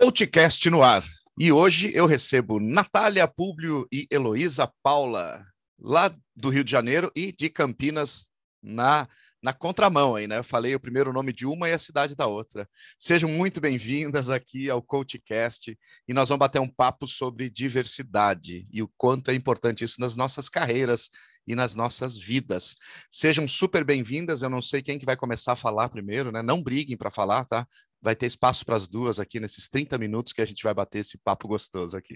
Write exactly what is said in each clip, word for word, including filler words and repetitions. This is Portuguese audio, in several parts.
Coachcast no ar. E hoje eu recebo Natália Públio e Heloísa Paula, lá do Rio de Janeiro e de Campinas, na, na contramão aí, né? Eu falei o primeiro nome de uma e a cidade da outra. Sejam muito bem-vindas aqui ao Coachcast e nós vamos bater um papo sobre diversidade e o quanto é importante isso nas nossas carreiras e nas nossas vidas. Sejam super bem-vindas, eu não sei quem que vai começar a falar primeiro, né? Não briguem para falar, tá? Vai ter espaço para as duas aqui nesses trinta minutos que a gente vai bater esse papo gostoso aqui.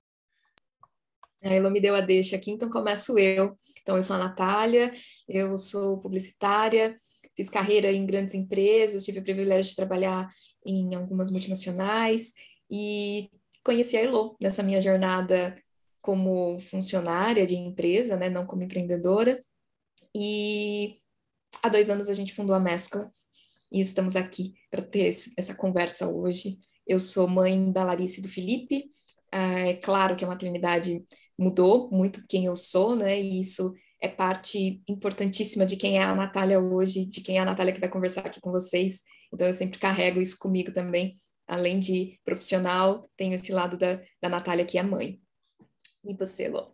A Elo me deu a deixa aqui, então começo eu. Então, eu sou a Natália, eu sou publicitária, fiz carreira em grandes empresas, tive o privilégio de trabalhar em algumas multinacionais e conheci a Elo nessa minha jornada como funcionária de empresa, né, não como empreendedora. E há dois anos a gente fundou a Mescla e estamos aqui para ter esse, essa conversa hoje. Eu sou mãe da Larissa e do Felipe. É claro que a maternidade mudou muito quem eu sou, né? E isso é parte importantíssima de quem é a Natália hoje, de quem é a Natália que vai conversar aqui com vocês. Então, eu sempre carrego isso comigo também. Além de profissional, tenho esse lado da, da Natália que é mãe. E você, Elô?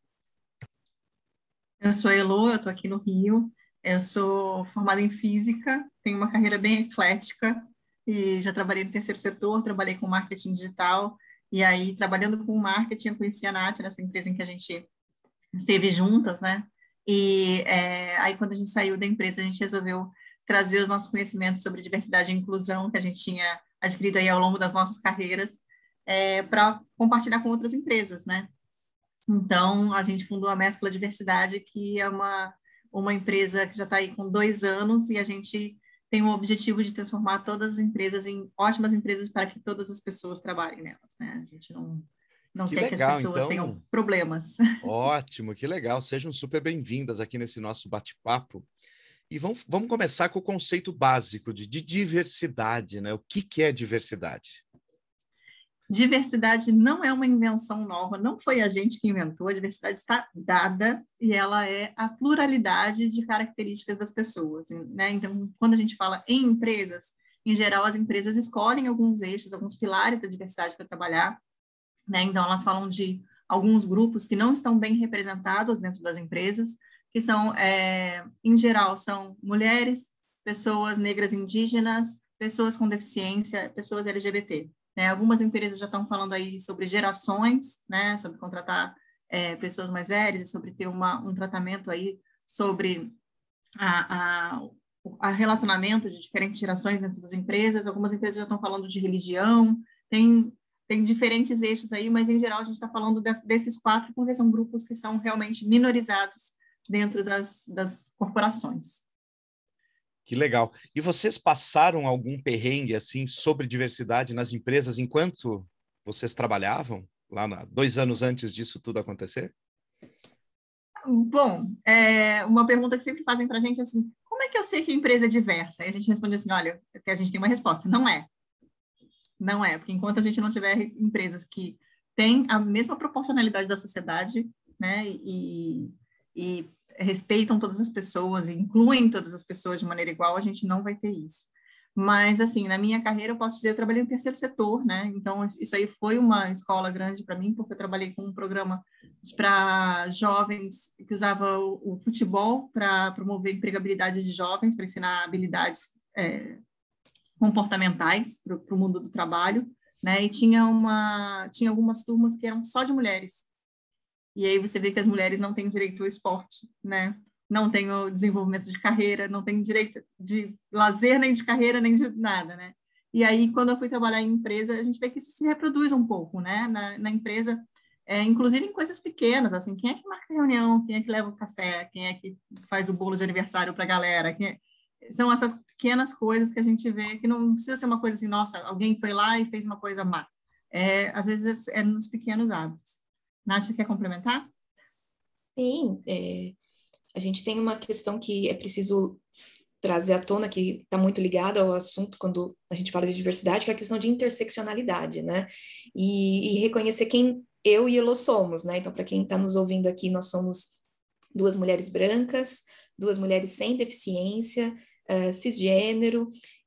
Eu sou a Elo, eu estou aqui no Rio. Eu sou formada em física, tenho uma carreira bem eclética e já trabalhei no terceiro setor, trabalhei com marketing digital. E aí, trabalhando com marketing, eu conheci a Nath, nessa empresa em que a gente esteve juntas, né? E é, aí, quando a gente saiu da empresa, a gente resolveu trazer os nossos conhecimentos sobre diversidade e inclusão que a gente tinha adquirido aí ao longo das nossas carreiras é, para compartilhar com outras empresas, né? Então, a gente fundou a Mescla Diversidade, que é uma, uma empresa que já está aí com dois anos e a gente tem o objetivo de transformar todas as empresas em ótimas empresas para que todas as pessoas trabalhem nelas, né? A gente não, não que quer legal, que as pessoas então, tenham problemas. Ótimo, que legal. Sejam super bem-vindas aqui nesse nosso bate-papo. E vamos, vamos começar com o conceito básico de, de diversidade, né? O que, que é diversidade? Diversidade não é uma invenção nova, não foi a gente que inventou, a diversidade está dada e ela é a pluralidade de características das pessoas, né? Então, quando a gente fala em empresas, em geral, as empresas escolhem alguns eixos, alguns pilares da diversidade para trabalhar, né? Então, elas falam de alguns grupos que não estão bem representados dentro das empresas, que são, é, em geral, são mulheres, pessoas negras indígenas, pessoas com deficiência, pessoas L G B T. Né, algumas empresas já estão falando aí sobre gerações, né, sobre contratar é, pessoas mais velhas e sobre ter uma, um tratamento aí sobre a, a, a relacionamento de diferentes gerações dentro das empresas. Algumas empresas já estão falando de religião, tem, tem diferentes eixos aí, mas em geral a gente está falando des, desses quatro porque são grupos que são realmente minorizados dentro das, das corporações. Que legal. E vocês passaram algum perrengue assim sobre diversidade nas empresas enquanto vocês trabalhavam lá na, dois anos antes disso tudo acontecer? Bom, é uma pergunta que sempre fazem para a gente é assim, como é que eu sei que a empresa é diversa? Aí a gente responde assim, olha, que a gente tem uma resposta, não é. Não é, porque enquanto a gente não tiver empresas que têm a mesma proporcionalidade da sociedade, né, e, e respeitam todas as pessoas, e incluem todas as pessoas de maneira igual, a gente não vai ter isso. Mas, assim, na minha carreira, eu posso dizer, eu trabalhei no terceiro setor, né? Então, isso aí foi uma escola grande para mim, porque eu trabalhei com um programa para jovens que usava o, o futebol para promover a empregabilidade de jovens, para ensinar habilidades é, comportamentais para o mundo do trabalho, né? E tinha, uma, tinha algumas turmas que eram só de mulheres. E aí você vê que as mulheres não têm direito ao esporte, né? Não têm o desenvolvimento de carreira, não têm direito de lazer, nem de carreira, nem de nada, né? E aí, quando eu fui trabalhar em empresa, a gente vê que isso se reproduz um pouco, né? Na, na empresa, é, inclusive em coisas pequenas, assim, quem é que marca a reunião, quem é que leva o café, quem é que faz o bolo de aniversário para a galera, quem é... São essas pequenas coisas que a gente vê, que não precisa ser uma coisa assim, nossa, alguém foi lá e fez uma coisa má. É, às vezes é nos pequenos hábitos. Nath, você quer complementar? Sim, é, a gente tem uma questão que é preciso trazer à tona, que está muito ligada ao assunto quando a gente fala de diversidade, que é a questão de interseccionalidade, né? E, e reconhecer quem eu e Elo somos, né? Então, para quem está nos ouvindo aqui, nós somos duas mulheres brancas, duas mulheres sem deficiência, uh, cisgênero,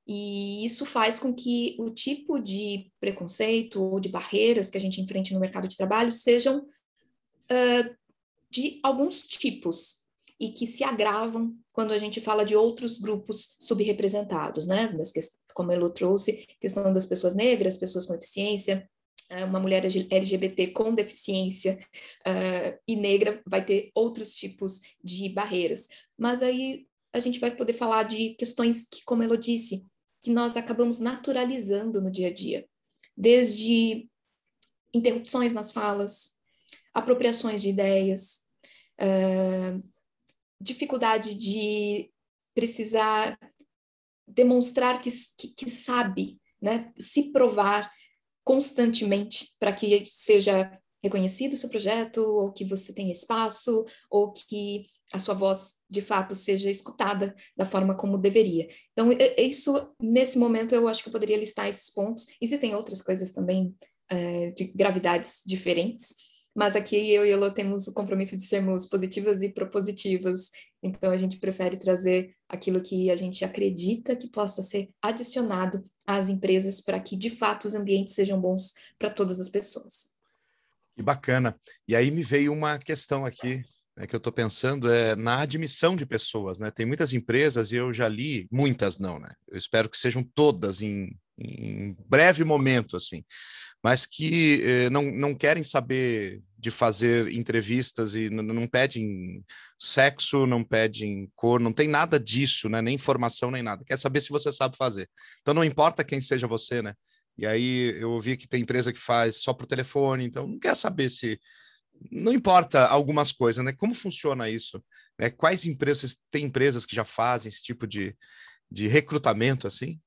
E isso faz com que o tipo de preconceito ou de barreiras que a gente enfrente no mercado de trabalho sejam uh, de alguns tipos e que se agravam quando a gente fala de outros grupos subrepresentados, né? Das que, como a Elo trouxe, questão das pessoas negras, pessoas com deficiência, uma mulher L G B T com deficiência uh, e negra vai ter outros tipos de barreiras. Mas aí a gente vai poder falar de questões que, como Elo disse, que nós acabamos naturalizando no dia a dia, desde interrupções nas falas, apropriações de ideias, uh, dificuldade de precisar demonstrar que, que, que sabe, né? Se provar constantemente para que seja reconhecido o seu projeto, ou que você tenha espaço, ou que a sua voz, de fato, seja escutada da forma como deveria. Então, isso, nesse momento, eu acho que eu poderia listar esses pontos. Existem outras coisas também, uh, de gravidades diferentes, mas aqui eu e Elo temos o compromisso de sermos positivas e propositivas, então a gente prefere trazer aquilo que a gente acredita que possa ser adicionado às empresas para que, de fato, os ambientes sejam bons para todas as pessoas. Que bacana. E aí me veio uma questão aqui, né, que eu estou pensando, é na admissão de pessoas, né? Tem muitas empresas, e eu já li, muitas não, né? Eu espero que sejam todas em, em breve momento, assim, mas que eh, não, não querem saber de fazer entrevistas e não pedem sexo, não pedem cor, não tem nada disso, né? Nem informação, nem nada. Quer saber se você sabe fazer. Então não importa quem seja você, né? E aí eu ouvi que tem empresa que faz só por telefone, então não quer saber se... Não importa algumas coisas, né? Como funciona isso? Né? Quais empresas... Tem empresas que já fazem esse tipo de, de recrutamento, assim?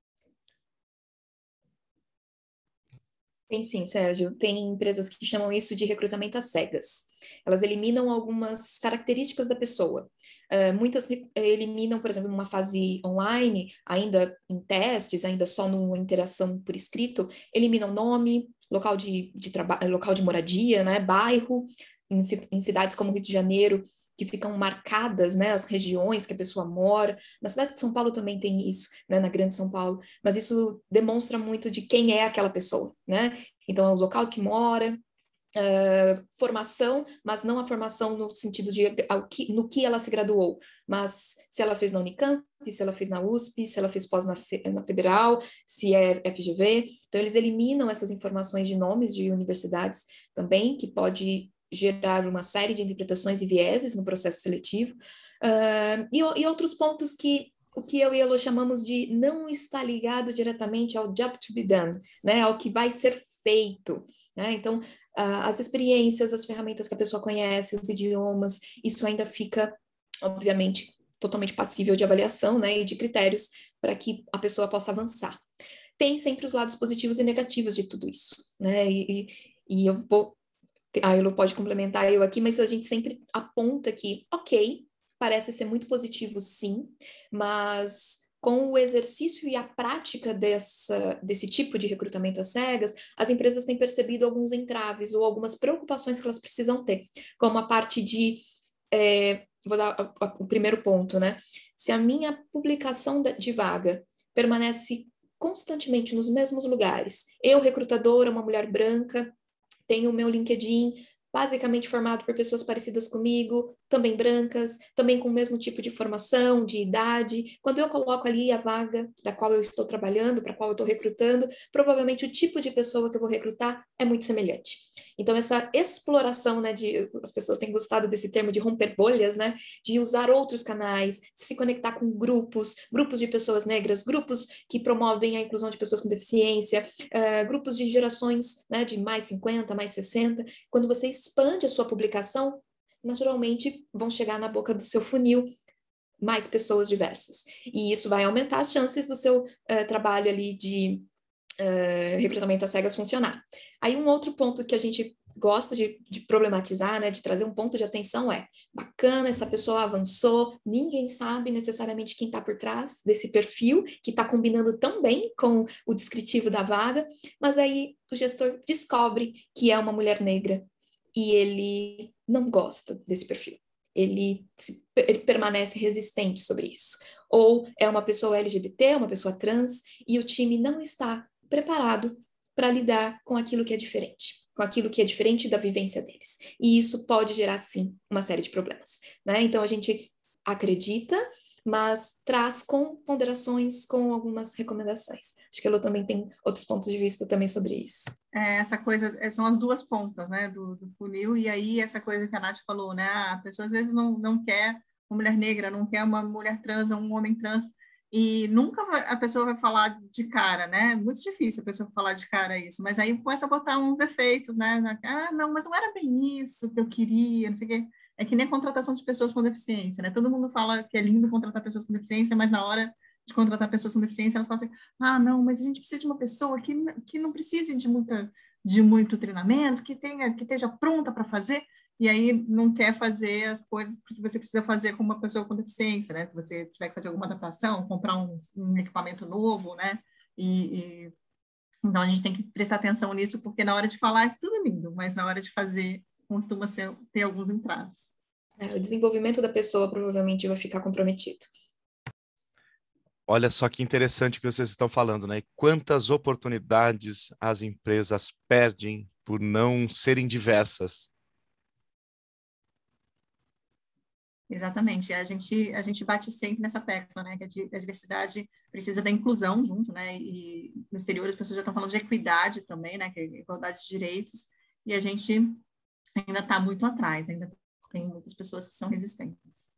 Tem sim, Sérgio. Tem empresas que chamam isso de recrutamento às cegas. Elas eliminam algumas características da pessoa. Uh, muitas eliminam, por exemplo, numa fase online, ainda em testes, ainda só numa interação por escrito, eliminam nome, local de, de trabalho, local de moradia, né, bairro, em, em cidades como Rio de Janeiro, que ficam marcadas, né, as regiões que a pessoa mora. Na cidade de São Paulo também tem isso, né, na Grande São Paulo, mas isso demonstra muito de quem é aquela pessoa, né? Então, é o local que mora, Uh, formação, mas não a formação no sentido de ao que, no que ela se graduou, mas se ela fez na Unicamp, se ela fez na U S P, se ela fez pós na, Fe, na Federal, se é F G V. Então, eles eliminam essas informações de nomes de universidades também, que pode gerar uma série de interpretações e vieses no processo seletivo. Uh, e, e outros pontos que o que eu e a Elo chamamos de não está ligado diretamente ao job to be done, né, ao que vai ser feito, né? Então, uh, as experiências, as ferramentas que a pessoa conhece, os idiomas, isso ainda fica, obviamente, totalmente passível de avaliação, né, e de critérios para que a pessoa possa avançar. Tem sempre os lados positivos e negativos de tudo isso, né, e, e eu vou, a Elo pode complementar eu aqui, mas a gente sempre aponta que, ok, parece ser muito positivo, sim, mas com o exercício e a prática dessa, desse tipo de recrutamento às cegas, as empresas têm percebido alguns entraves ou algumas preocupações que elas precisam ter, como a parte de... É, vou dar a, a, o primeiro ponto, né? Se a minha publicação de vaga permanece constantemente nos mesmos lugares, eu, recrutadora, uma mulher branca, tenho o meu LinkedIn basicamente formado por pessoas parecidas comigo, também brancas, também com o mesmo tipo de formação, de idade. Quando eu coloco ali a vaga da qual eu estou trabalhando, para a qual eu estou recrutando, provavelmente o tipo de pessoa que eu vou recrutar é muito semelhante. Então, essa exploração, né, de, as pessoas têm gostado desse termo de romper bolhas, né, de usar outros canais, de se conectar com grupos, grupos de pessoas negras, grupos que promovem a inclusão de pessoas com deficiência, uh, grupos de gerações, né, de mais cinquenta, mais sessenta. Quando você expande a sua publicação, naturalmente vão chegar na boca do seu funil mais pessoas diversas. E isso vai aumentar as chances do seu uh, trabalho ali de uh, recrutamento às cegas funcionar. Aí um outro ponto que a gente gosta de, de problematizar, né, de trazer um ponto de atenção é, bacana, essa pessoa avançou, ninguém sabe necessariamente quem está por trás desse perfil, que está combinando tão bem com o descritivo da vaga, mas aí o gestor descobre que é uma mulher negra, e ele não gosta desse perfil. ele, se, ele permanece resistente sobre isso. Ou é uma pessoa L G B T, uma pessoa trans, e o time não está preparado para lidar com aquilo que é diferente, com aquilo que é diferente da vivência deles. E isso pode gerar, sim, uma série de problemas, né? Então, a gente acredita, mas traz com ponderações, com algumas recomendações. Acho que a Elô também tem outros pontos de vista também sobre isso. É, essa coisa, são as duas pontas, né, do, do funil, e aí essa coisa que a Nath falou, né, a pessoa às vezes não, não quer uma mulher negra, não quer uma mulher trans ou um homem trans, e nunca vai, a pessoa vai falar de cara, né, muito difícil a pessoa falar de cara isso, mas aí começa a botar uns defeitos, né, ah, não, mas não era bem isso que eu queria, não sei o quê. É que nem a contratação de pessoas com deficiência, né? Todo mundo fala que é lindo contratar pessoas com deficiência, mas na hora de contratar pessoas com deficiência, elas falam assim, ah, não, mas a gente precisa de uma pessoa que, que não precise de, muita, de muito treinamento, que, tenha, que esteja pronta para fazer, e aí não quer fazer as coisas que você precisa fazer com uma pessoa com deficiência, né? Se você tiver que fazer alguma adaptação, comprar um, um equipamento novo, né? E, e... Então, a gente tem que prestar atenção nisso, porque na hora de falar, é tudo lindo, mas na hora de fazer, costuma ser, ter alguns entraves. É, o desenvolvimento da pessoa provavelmente vai ficar comprometido. Olha só que interessante o que vocês estão falando, né? Quantas oportunidades as empresas perdem por não serem diversas. Exatamente, a gente, a gente bate sempre nessa tecla, né, que a diversidade precisa da inclusão junto, né, e no exterior as pessoas já estão falando de equidade também, né, que é igualdade de direitos, e a gente ainda está muito atrás, ainda tem muitas pessoas que são resistentes.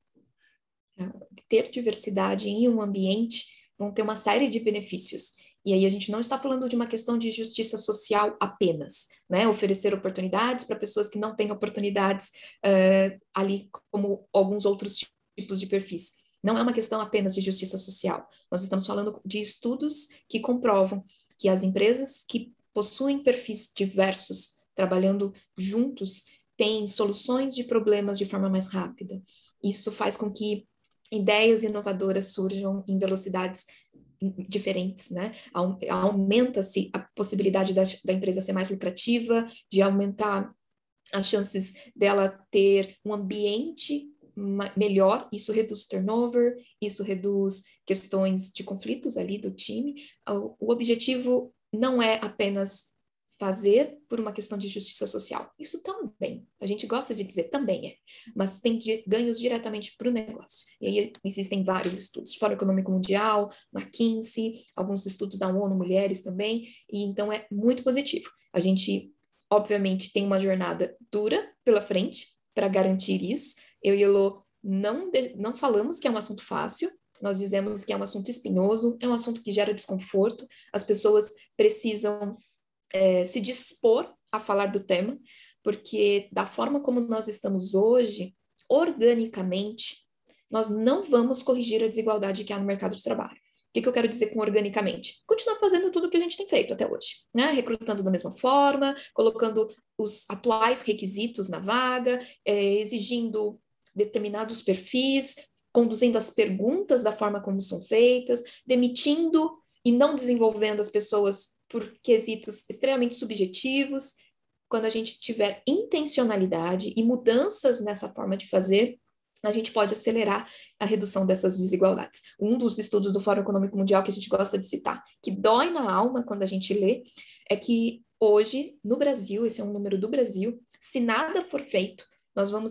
Ter diversidade em um ambiente vão ter uma série de benefícios. E aí a gente não está falando de uma questão de justiça social apenas, né? Oferecer oportunidades para pessoas que não têm oportunidades uh, ali como alguns outros tipos de perfis. Não é uma questão apenas de justiça social. Nós estamos falando de estudos que comprovam que as empresas que possuem perfis diversos, trabalhando juntos, têm soluções de problemas de forma mais rápida. Isso faz com que ideias inovadoras surjam em velocidades diferentes, né? Aumenta-se a possibilidade da, da empresa ser mais lucrativa, de aumentar as chances dela ter um ambiente melhor, isso reduz turnover, isso reduz questões de conflitos ali do time. O objetivo não é apenas fazer por uma questão de justiça social. Isso também, a gente gosta de dizer também é, mas tem ganhos diretamente para o negócio. E aí existem vários estudos, Fórum Econômico Mundial, McKinsey, alguns estudos da ONU Mulheres também, e então é muito positivo. A gente, obviamente, tem uma jornada dura pela frente para garantir isso. Eu e Elô não, de, não falamos que é um assunto fácil, nós dizemos que é um assunto espinhoso, é um assunto que gera desconforto, as pessoas precisam É, se dispor a falar do tema, porque da forma como nós estamos hoje, organicamente, nós não vamos corrigir a desigualdade que há no mercado de trabalho. O que, que eu quero dizer com organicamente? Continuar fazendo tudo o que a gente tem feito até hoje, né? Recrutando da mesma forma, colocando os atuais requisitos na vaga, é, exigindo determinados perfis, conduzindo as perguntas da forma como são feitas, demitindo e não desenvolvendo as pessoas por quesitos extremamente subjetivos. Quando a gente tiver intencionalidade e mudanças nessa forma de fazer, a gente pode acelerar a redução dessas desigualdades. Um dos estudos do Fórum Econômico Mundial que a gente gosta de citar, que dói na alma quando a gente lê, é que hoje, no Brasil, esse é um número do Brasil, se nada for feito, nós vamos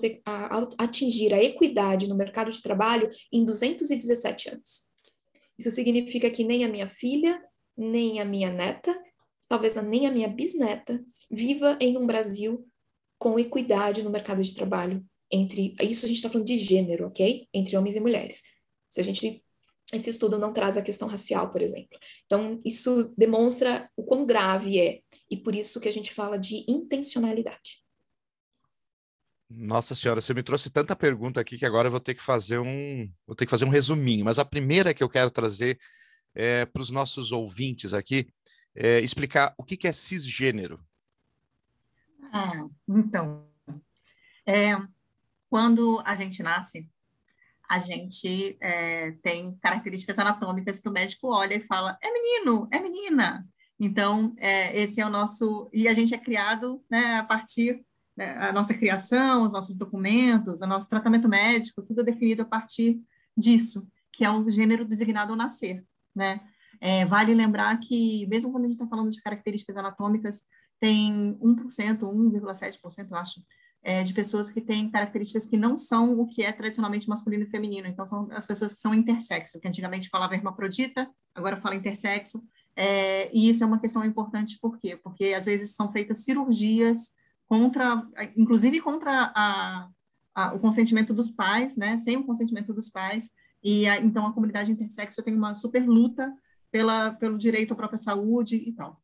atingir a equidade no mercado de trabalho em duzentos e dezessete anos. Isso significa que nem a minha filha, nem a minha neta, talvez nem a minha bisneta, viva em um Brasil com equidade no mercado de trabalho. Entre, isso a gente está falando de gênero, ok? Entre homens e mulheres. Se a gente, esse estudo não traz a questão racial, por exemplo. Então, isso demonstra o quão grave é, e por isso que a gente fala de intencionalidade. Nossa senhora, você me trouxe tanta pergunta aqui que agora eu vou ter que fazer um, vou ter que fazer um resuminho. Mas a primeira que eu quero trazer é, para os nossos ouvintes aqui, é, explicar o que, que é cisgênero. Ah, então, é, quando a gente nasce, a gente é, tem características anatômicas que o médico olha e fala, é menino, é menina. Então, é, esse é o nosso... E a gente é criado, né, a partir né, a nossa criação, os nossos documentos, o nosso tratamento médico, tudo é definido a partir disso, que é o gênero designado ao nascer, né? É, vale lembrar que, mesmo quando a gente está falando de características anatômicas, tem um por cento, um vírgula sete por cento, eu acho, é, de pessoas que têm características que não são o que é tradicionalmente masculino e feminino. Então, são as pessoas que são intersexo, que antigamente falava hermafrodita, agora fala intersexo. É, e isso é uma questão importante, por quê? Porque, às vezes, são feitas cirurgias contra, inclusive contra a, a, o consentimento dos pais, né? Sem o consentimento dos pais. E, a, então, a comunidade intersexo tem uma super luta pela, pelo direito à própria saúde e tal.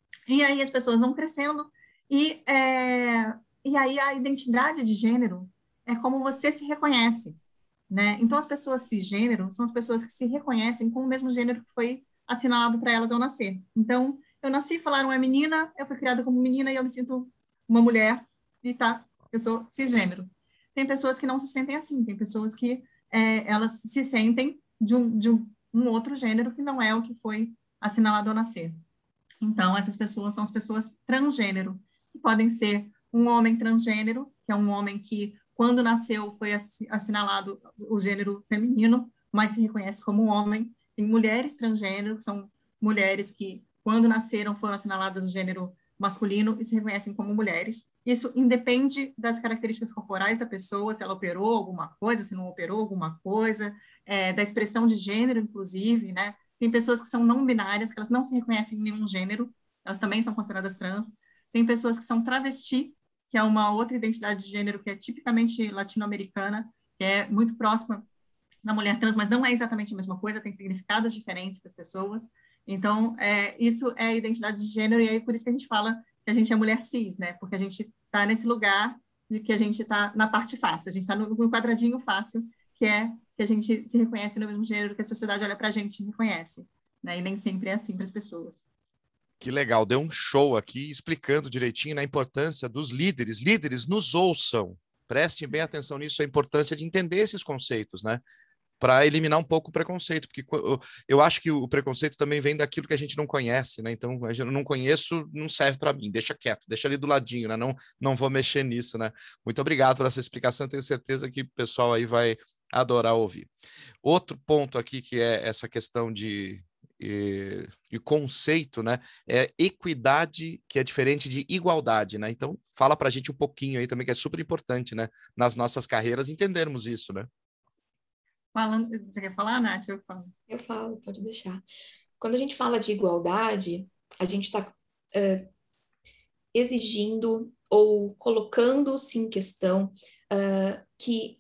E aí as pessoas vão crescendo e, é, e aí a identidade de gênero é como você se reconhece, né? Então, as pessoas cisgênero são as pessoas que se reconhecem com o mesmo gênero que foi assinalado para elas ao nascer. Então, eu nasci, falaram é menina, eu fui criada como menina e eu me sinto uma mulher e tá, eu sou cisgênero. Tem pessoas que não se sentem assim, tem pessoas que é, elas se sentem de um, de um um outro gênero que não é o que foi assinalado ao nascer. Então, essas pessoas são as pessoas transgênero, que podem ser um homem transgênero, que é um homem que, quando nasceu, foi assinalado o gênero feminino, mas se reconhece como homem. Tem mulheres transgênero, que são mulheres que, quando nasceram, foram assinaladas o gênero masculino e se reconhecem como mulheres. Isso independe das características corporais da pessoa, se ela operou alguma coisa, se não operou alguma coisa, é, da expressão de gênero, inclusive, né? Tem pessoas que são não binárias, que elas não se reconhecem em nenhum gênero, elas também são consideradas trans. Tem pessoas que são travesti, que é uma outra identidade de gênero que é tipicamente latino-americana, que é muito próxima da mulher trans, mas não é exatamente a mesma coisa, tem significados diferentes para as pessoas. Então, é, isso é a identidade de gênero, e aí por isso que a gente fala que a gente é mulher cis, né? Porque a gente está nesse lugar de que a gente está na parte fácil, a gente está no, no quadradinho fácil, que é que a gente se reconhece no mesmo gênero que a sociedade olha para a gente e reconhece, né? E nem sempre é assim para as pessoas. Que legal, deu um show aqui explicando direitinho na importância dos líderes. Líderes, nos ouçam, prestem bem atenção nisso, a importância de entender esses conceitos, né? Para eliminar um pouco o preconceito, porque eu, eu acho que o preconceito também vem daquilo que a gente não conhece, né? Então, eu não conheço, não serve para mim, deixa quieto, deixa ali do ladinho, né? Não, não vou mexer nisso, né? Muito obrigado por essa explicação, tenho certeza que o pessoal aí vai adorar ouvir. Outro ponto aqui que é essa questão de, de, de conceito, né? É equidade, que é diferente de igualdade, né? Então, fala para a gente um pouquinho aí também, que é super importante, né? Nas nossas carreiras, entendermos isso, né? Falando, você quer falar, Nath? Eu falo. Eu falo, pode deixar. Quando a gente fala de igualdade, a gente está uh, exigindo ou colocando-se em questão uh, que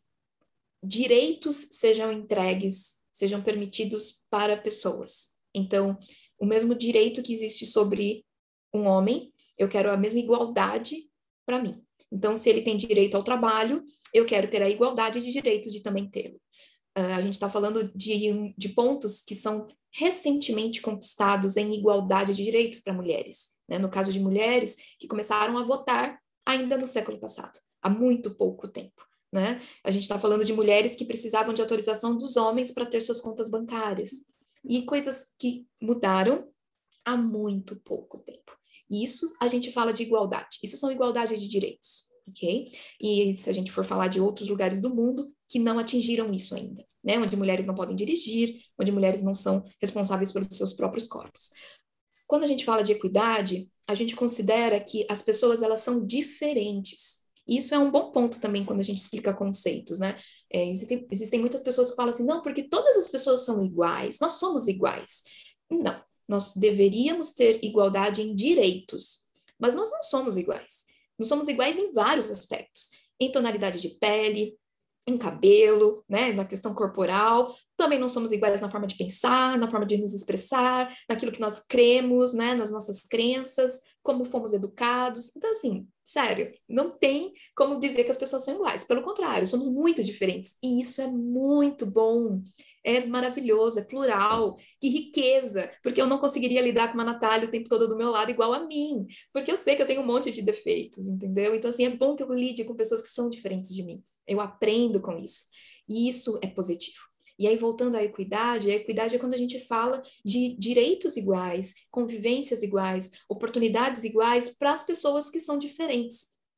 direitos sejam entregues, sejam permitidos para pessoas. Então, o mesmo direito que existe sobre um homem, eu quero a mesma igualdade para mim. Então, se ele tem direito ao trabalho, eu quero ter a igualdade de direito de também tê-lo. Uh, a gente está falando de, de pontos que são recentemente conquistados em igualdade de direito para mulheres, né? No caso de mulheres que começaram a votar ainda no século passado, há muito pouco tempo, né? A gente está falando de mulheres que precisavam de autorização dos homens para ter suas contas bancárias, e coisas que mudaram há muito pouco tempo. E isso a gente fala de igualdade, isso são igualdade de direitos. Ok? E se a gente for falar de outros lugares do mundo que não atingiram isso ainda, né? Onde mulheres não podem dirigir, onde mulheres não são responsáveis pelos seus próprios corpos. Quando a gente fala de equidade, a gente considera que as pessoas elas são diferentes. E isso é um bom ponto também quando a gente explica conceitos, né? É, existem, existem muitas pessoas que falam assim, não, porque todas as pessoas são iguais, nós somos iguais. Não, nós deveríamos ter igualdade em direitos, mas nós não somos iguais. Nós somos iguais em vários aspectos, em tonalidade de pele, em cabelo, né, na questão corporal, também não somos iguais na forma de pensar, na forma de nos expressar, naquilo que nós cremos, né, nas nossas crenças, como fomos educados. Então, assim, sério, não tem como dizer que as pessoas são iguais. Pelo contrário, somos muito diferentes. E isso é muito bom, é maravilhoso, é plural, que riqueza, porque eu não conseguiria lidar com uma Natália o tempo todo do meu lado igual a mim, porque eu sei que eu tenho um monte de defeitos, entendeu? Então, assim, é bom que eu lide com pessoas que são diferentes de mim. Eu aprendo com isso. E isso é positivo. E aí, voltando à equidade, a equidade é quando a gente fala de direitos iguais, convivências iguais, oportunidades iguais para as pessoas que são diferentes.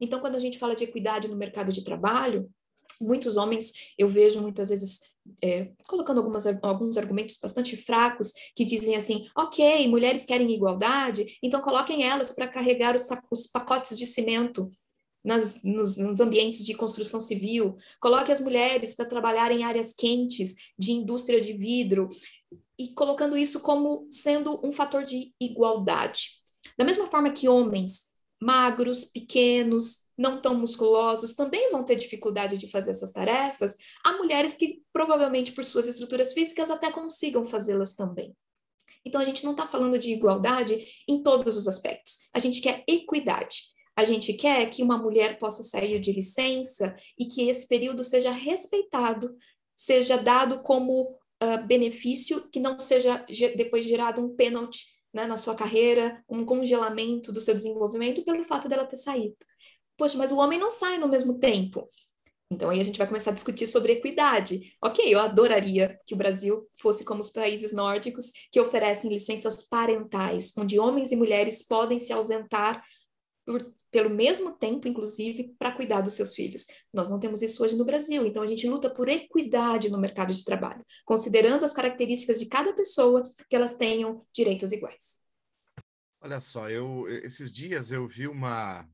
Então, quando a gente fala de equidade no mercado de trabalho, muitos homens, eu vejo muitas vezes é, colocando algumas, alguns argumentos bastante fracos que dizem assim, ok, mulheres querem igualdade, então coloquem elas para carregar os, os pacotes de cimento nas, nos, nos ambientes de construção civil, coloque as mulheres para trabalhar em áreas quentes de indústria de vidro, e colocando isso como sendo um fator de igualdade. Da mesma forma que homens magros, pequenos, não tão musculosos, também vão ter dificuldade de fazer essas tarefas, há mulheres que provavelmente por suas estruturas físicas até consigam fazê-las também. Então a gente não está falando de igualdade em todos os aspectos, a gente quer equidade. A gente quer que uma mulher possa sair de licença e que esse período seja respeitado, seja dado como uh, benefício, que não seja depois gerado um pênalti, né, na sua carreira, um congelamento do seu desenvolvimento pelo fato dela ter saído. Poxa, mas o homem não sai no mesmo tempo. Então aí a gente vai começar a discutir sobre equidade. Ok, eu adoraria que o Brasil fosse como os países nórdicos que oferecem licenças parentais, onde homens e mulheres podem se ausentar por, pelo mesmo tempo, inclusive, para cuidar dos seus filhos. Nós não temos isso hoje no Brasil, então a gente luta por equidade no mercado de trabalho, considerando as características de cada pessoa, que elas tenham direitos iguais. Olha só, eu, esses dias eu vi uma,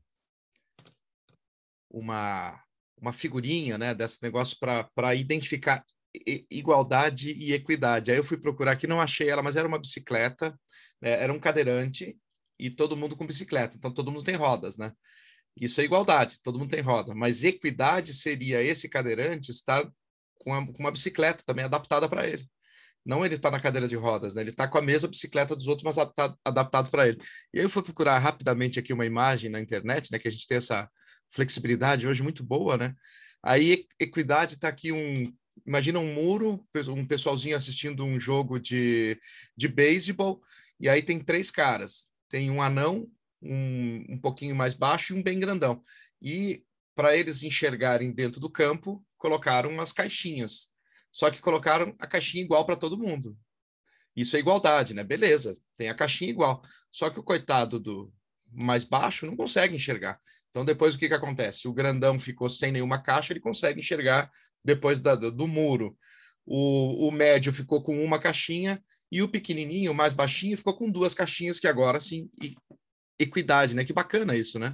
uma, uma figurinha, né, desse negócio para identificar igualdade e equidade. Aí eu fui procurar aqui, não achei ela, mas era uma bicicleta, né, era um cadeirante, e todo mundo com bicicleta, então todo mundo tem rodas, né? Isso é igualdade, todo mundo tem roda, mas equidade seria esse cadeirante estar com, a, com uma bicicleta também adaptada para ele. Não ele está na cadeira de rodas, né? Ele está com a mesma bicicleta dos outros, mas adaptado, adaptado para ele. E aí eu fui procurar rapidamente aqui uma imagem na internet, né? Que a gente tem essa flexibilidade hoje muito boa, né? Aí equidade está aqui um... Imagina um muro, um pessoalzinho assistindo um jogo de, de beisebol, e aí tem três caras. Tem um anão, um, um pouquinho mais baixo e um bem grandão. E para eles enxergarem dentro do campo, colocaram umas caixinhas. Só que colocaram a caixinha igual para todo mundo. Isso é igualdade, né? Beleza, tem a caixinha igual. Só que o coitado do mais baixo não consegue enxergar. Então, depois o que, que acontece? O grandão ficou sem nenhuma caixa, ele consegue enxergar depois da, do, do muro. O, o médio ficou com uma caixinha e o pequenininho, o mais baixinho, ficou com duas caixinhas, que agora, sim, equidade, né? Que bacana isso, né?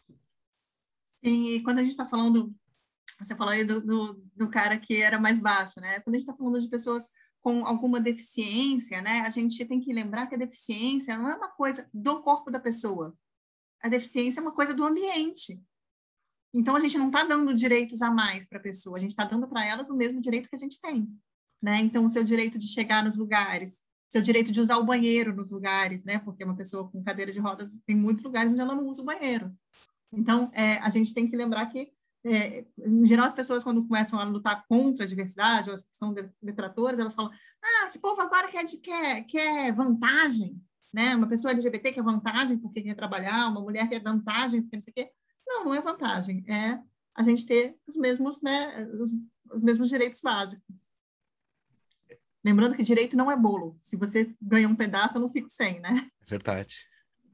Sim, e quando a gente está falando, você falou aí do, do, do cara que era mais baixo, né? Quando a gente está falando de pessoas com alguma deficiência, né? A gente tem que lembrar que a deficiência não é uma coisa do corpo da pessoa. A deficiência é uma coisa do ambiente. Então, a gente não está dando direitos a mais para a pessoa, a gente está dando para elas o mesmo direito que a gente tem, né? Então, o seu direito de chegar nos lugares, seu direito de usar o banheiro nos lugares, né? Porque uma pessoa com cadeira de rodas tem muitos lugares onde ela não usa o banheiro. Então, é, a gente tem que lembrar que, é, em geral, as pessoas, quando começam a lutar contra a diversidade, ou as que são detratores, elas falam, ah, esse povo agora quer, quer, quer vantagem, né? Uma pessoa L G B T quer vantagem porque quer trabalhar, uma mulher quer vantagem porque não sei o quê. Não, não é vantagem, é a gente ter os mesmos, né, os, os mesmos direitos básicos. Lembrando que direito não é bolo. Se você ganha um pedaço, eu não fico sem, né? Verdade.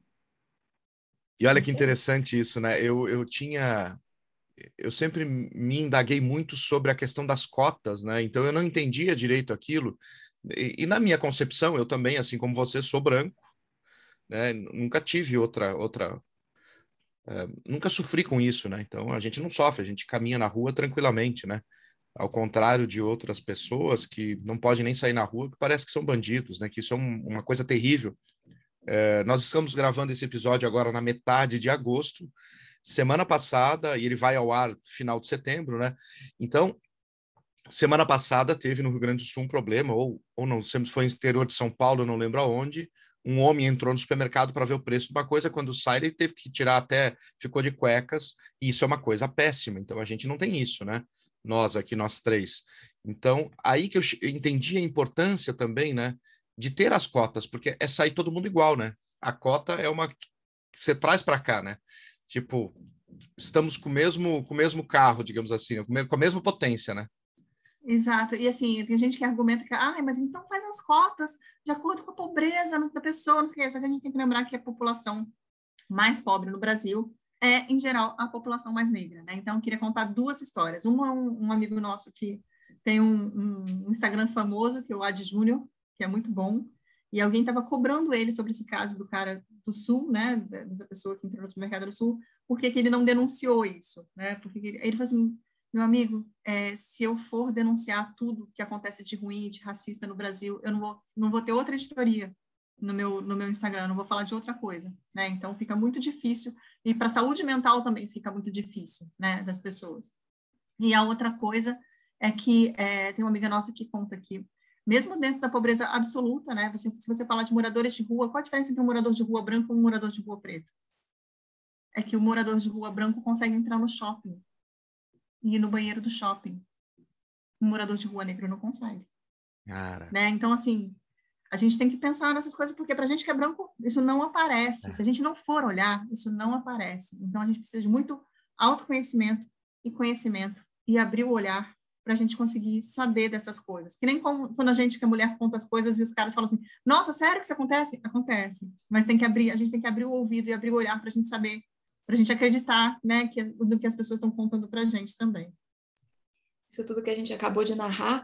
E olha que interessante isso, né? Eu, eu tinha... Eu sempre me indaguei muito sobre a questão das cotas, né? Então, eu não entendia direito aquilo. E, e na minha concepção, eu também, assim como você, sou branco, né? Nunca tive outra... outra uh, nunca sofri com isso, né? Então, a gente não sofre, a gente caminha na rua tranquilamente, né? Ao contrário de outras pessoas que não podem nem sair na rua, que parece que são bandidos, né? Que isso é um, uma coisa terrível. É, nós estamos gravando esse episódio agora na metade de agosto, semana passada, e ele vai ao ar final de setembro, né? Então, semana passada teve no Rio Grande do Sul um problema, ou, ou não, sempre foi no interior de São Paulo, eu não lembro aonde, um homem entrou no supermercado para ver o preço de uma coisa, quando sai ele teve que tirar até, ficou de cuecas, e isso é uma coisa péssima, então a gente não tem isso, né? Nós aqui, nós três. Então, aí que eu entendi a importância também, né, de ter as cotas, porque é sair todo mundo igual, né? A cota é uma que você traz para cá, né? Tipo, estamos com o mesmo, com o mesmo carro, digamos assim, com a mesma potência, né? Exato. E assim, tem gente que argumenta que, ah, mas então faz as cotas de acordo com a pobreza da pessoa, não sei o que. Só que a gente tem que lembrar que a população mais pobre no Brasil é, em geral, a população mais negra, né? Então, eu queria contar duas histórias. Uma, um, um amigo nosso que tem um, um Instagram famoso, que é o Ad Júnior, que é muito bom, e alguém estava cobrando ele sobre esse caso do cara do Sul, né? Dessa pessoa que entrou no supermercado do Sul, porque que ele não denunciou isso, né? Porque ele, ele falou assim, meu amigo, é, se eu for denunciar tudo que acontece de ruim e de racista no Brasil, eu não vou, não vou ter outra editoria no meu, no meu Instagram, não vou falar de outra coisa, né? Então, fica muito difícil. E para a saúde mental também fica muito difícil, né? Das pessoas. E a outra coisa é que é, tem uma amiga nossa que conta que, mesmo dentro da pobreza absoluta, né? Você, se você falar de moradores de rua, qual a diferença entre um morador de rua branco e um morador de rua preto? É que o morador de rua branco consegue entrar no shopping e ir no banheiro do shopping. Um morador de rua negro não consegue. Cara. Né? Então, assim, a gente tem que pensar nessas coisas, porque para a gente que é branco, isso não aparece. Se a gente não for olhar, isso não aparece. Então, a gente precisa de muito autoconhecimento e conhecimento e abrir o olhar para a gente conseguir saber dessas coisas. Que nem como, quando a gente, que é mulher, conta as coisas e os caras falam assim, nossa, sério que isso acontece? Acontece. Mas tem que abrir, a gente tem que abrir o ouvido e abrir o olhar para a gente saber, para a gente acreditar, né, que, do que as pessoas estão contando para a gente também. Isso tudo que a gente acabou de narrar,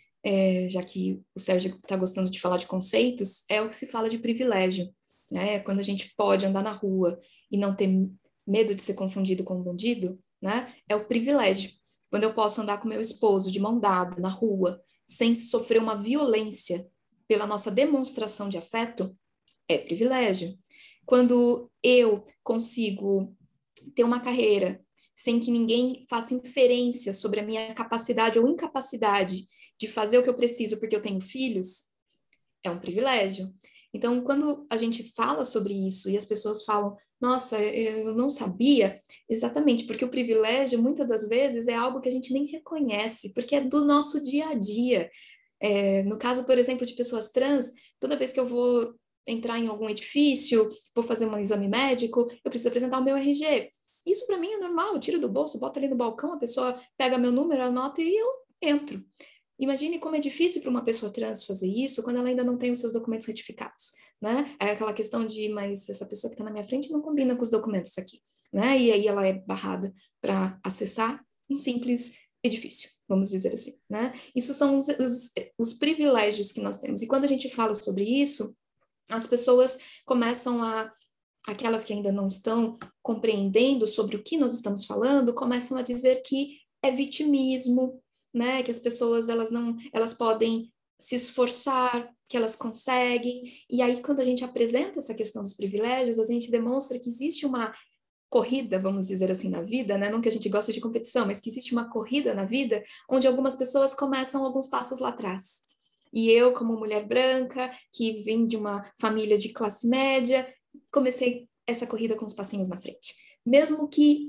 é, já que o Sérgio está gostando de falar de conceitos, é o que se fala de privilégio, né? Quando a gente pode andar na rua e não ter medo de ser confundido com um bandido, né? É o privilégio. Quando eu posso andar com meu esposo de mão dada na rua, sem sofrer uma violência pela nossa demonstração de afeto, é privilégio. Quando eu consigo ter uma carreira sem que ninguém faça inferência sobre a minha capacidade ou incapacidade de fazer o que eu preciso porque eu tenho filhos, é um privilégio. Então, quando a gente fala sobre isso e as pessoas falam, nossa, eu não sabia, exatamente, porque o privilégio, muitas das vezes, é algo que a gente nem reconhece, porque é do nosso dia a dia. É, no caso, por exemplo, de pessoas trans, toda vez que eu vou entrar em algum edifício, vou fazer um exame médico, eu preciso apresentar o meu R G. Isso para mim é normal, eu tiro do bolso, boto ali no balcão, a pessoa pega meu número, anota e eu entro. Imagine como é difícil para uma pessoa trans fazer isso quando ela ainda não tem os seus documentos retificados, né? É aquela questão de, mas essa pessoa que está na minha frente não combina com os documentos aqui, né? E aí ela é barrada para acessar um simples edifício, vamos dizer assim, né? Isso são os, os, os privilégios que nós temos. E quando a gente fala sobre isso, as pessoas começam a, aquelas que ainda não estão compreendendo sobre o que nós estamos falando, começam a dizer que é vitimismo, né? Que as pessoas elas não, elas podem se esforçar, que elas conseguem. E aí quando a gente apresenta essa questão dos privilégios, a gente demonstra que existe uma corrida, vamos dizer assim, na vida, né? Não que a gente goste de competição, mas que existe uma corrida na vida onde algumas pessoas começam alguns passos lá atrás. E eu, como mulher branca, que vem de uma família de classe média, comecei essa corrida com os passinhos na frente. Mesmo que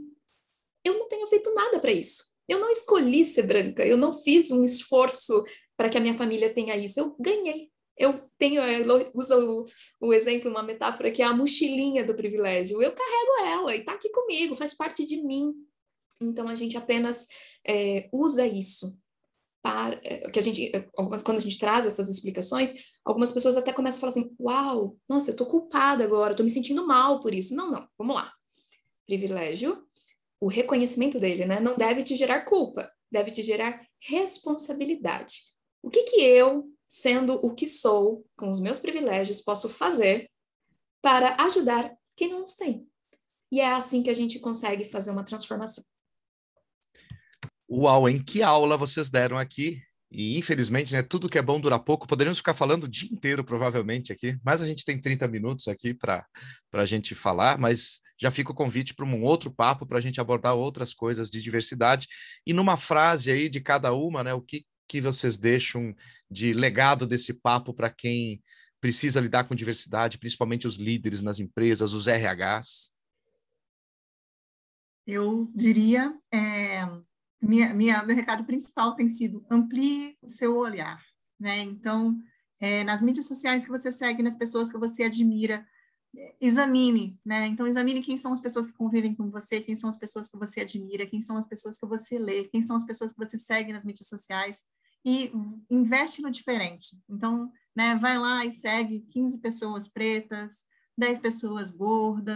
eu não tenha feito nada para isso. Eu não escolhi ser branca, eu não fiz um esforço para que a minha família tenha isso. Eu ganhei. Eu tenho, eu uso o, o exemplo, uma metáfora que é a mochilinha do privilégio. Eu carrego ela e está aqui comigo, faz parte de mim. Então a gente apenas é, usa isso para que a gente, algumas, quando a gente traz essas explicações, algumas pessoas até começam a falar assim: uau, nossa, eu estou culpada agora, estou me sentindo mal por isso. Não, não, vamos lá. Privilégio, o reconhecimento dele, né, não deve te gerar culpa, deve te gerar responsabilidade. O que que eu, sendo o que sou, com os meus privilégios, posso fazer para ajudar quem não os tem? E é assim que a gente consegue fazer uma transformação. Uau, em que aula vocês deram aqui? E infelizmente, né, tudo que é bom dura pouco. Poderíamos ficar falando o dia inteiro, provavelmente, aqui, mas a gente tem trinta minutos aqui para a gente falar, mas já fica o convite para um outro papo, para a gente abordar outras coisas de diversidade. E numa frase aí de cada uma, né, o que, que vocês deixam de legado desse papo para quem precisa lidar com diversidade, principalmente os líderes nas empresas, os R Hs? Eu diria... É... Minha, minha, meu recado principal tem sido amplie o seu olhar, né? Então, é, nas mídias sociais que você segue, nas pessoas que você admira, é, examine, né? Então, examine quem são as pessoas que convivem com você, quem são as pessoas que você admira, quem são as pessoas que você lê, quem são as pessoas que você segue nas mídias sociais e investe no diferente. Então, né, vai lá e segue quinze pessoas pretas, dez pessoas gordas,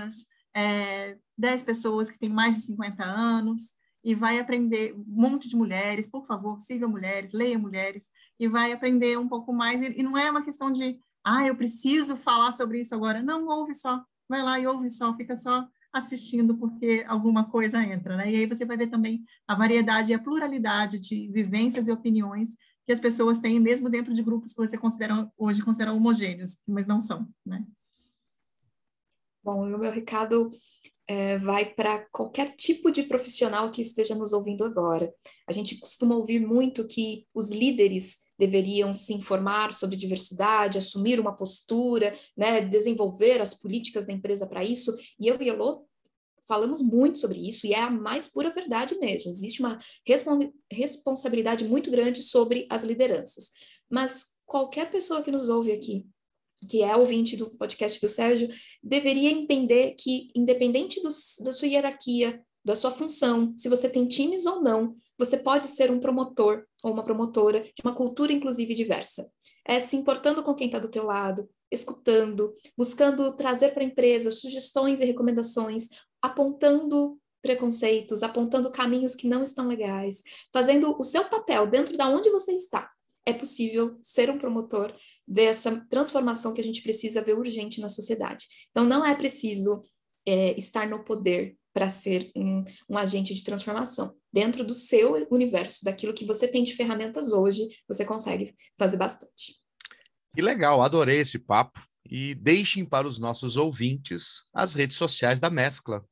é, dez pessoas que têm mais de cinquenta anos, e vai aprender um monte de mulheres, por favor, siga mulheres, leia mulheres, e vai aprender um pouco mais, e, e não é uma questão de, ah, eu preciso falar sobre isso agora, não, ouve só, vai lá e ouve só, fica só assistindo porque alguma coisa entra, né? E aí você vai ver também a variedade e a pluralidade de vivências e opiniões que as pessoas têm, mesmo dentro de grupos que você considera, hoje considera homogêneos, mas não são, né? Bom, e o meu recado é, vai para qualquer tipo de profissional que esteja nos ouvindo agora. A gente costuma ouvir muito que os líderes deveriam se informar sobre diversidade, assumir uma postura, né, desenvolver as políticas da empresa para isso, e eu e a Elô falamos muito sobre isso, e é a mais pura verdade mesmo. Existe uma respons- responsabilidade muito grande sobre as lideranças. Mas qualquer pessoa que nos ouve aqui, que é ouvinte do podcast do Sérgio, deveria entender que, independente do, da sua hierarquia, da sua função, se você tem times ou não, você pode ser um promotor ou uma promotora de uma cultura inclusive diversa. É se importando com quem está do teu lado, escutando, buscando trazer para a empresa sugestões e recomendações, apontando preconceitos, apontando caminhos que não estão legais, fazendo o seu papel dentro de onde você está. É possível ser um promotor dessa transformação que a gente precisa ver urgente na sociedade. Então, não é preciso é, estar no poder para ser um, um agente de transformação. Dentro do seu universo, daquilo que você tem de ferramentas hoje, você consegue fazer bastante. Que legal, adorei esse papo. E deixem para os nossos ouvintes as redes sociais da Mescla.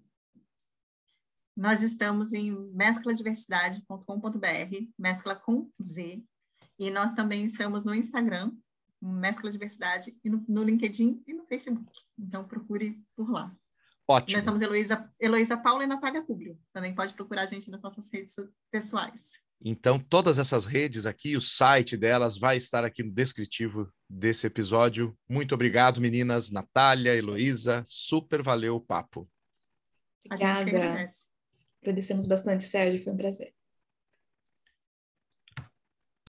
Nós estamos em mescla diversidade ponto com ponto b r, mescla com Z, e nós também estamos no Instagram, Mescla Diversidade, e no, no LinkedIn e no Facebook. Então, procure por lá. Ótimo. Nós somos Heloísa, Heloísa Paula e Natália Públio. Também pode procurar a gente nas nossas redes pessoais. Então, todas essas redes aqui, o site delas vai estar aqui no descritivo desse episódio. Muito obrigado, meninas. Natália, Heloísa, super valeu o papo. Obrigada. A gente que agradece. Agradecemos bastante, Sérgio, foi um prazer.